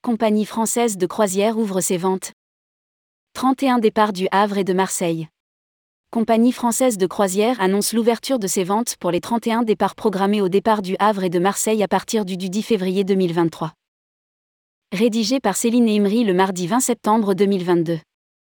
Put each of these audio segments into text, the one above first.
Compagnie française de croisière ouvre ses ventes. 31 départs du Havre et de Marseille. Compagnie française de croisière annonce l'ouverture de ses ventes pour les 31 départs programmés au départ du Havre et de Marseille à partir du 10 février 2023. Rédigé par Céline Imri le mardi 20 septembre 2022.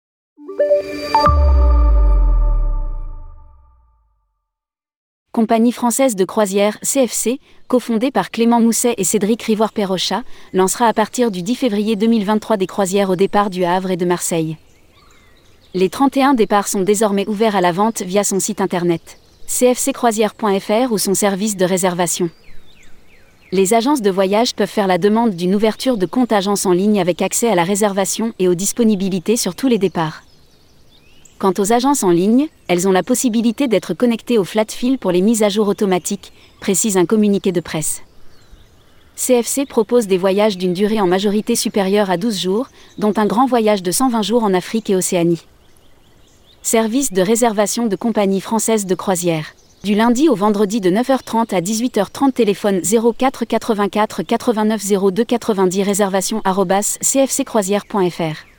Compagnie française de croisière, CFC, cofondée par Clément Mousset et Cédric Rivoire-Perrochat, lancera à partir du 10 février 2023 des croisières au départ du Havre et de Marseille. Les 31 départs sont désormais ouverts à la vente via son site internet, cfccroisière.fr ou son service de réservation. Les agences de voyage peuvent faire la demande d'une ouverture de compte agence en ligne avec accès à la réservation et aux disponibilités sur tous les départs. Quant aux agences en ligne, elles ont la possibilité d'être connectées au Flatfil pour les mises à jour automatiques, précise un communiqué de presse. CFC propose des voyages d'une durée en majorité supérieure à 12 jours, dont un grand voyage de 120 jours en Afrique et Océanie. Service de réservation de compagnie française de croisière. Du lundi au vendredi de 9h30 à 18h30, téléphone 04 84 89 02 90, réservation @cfccroisière.fr.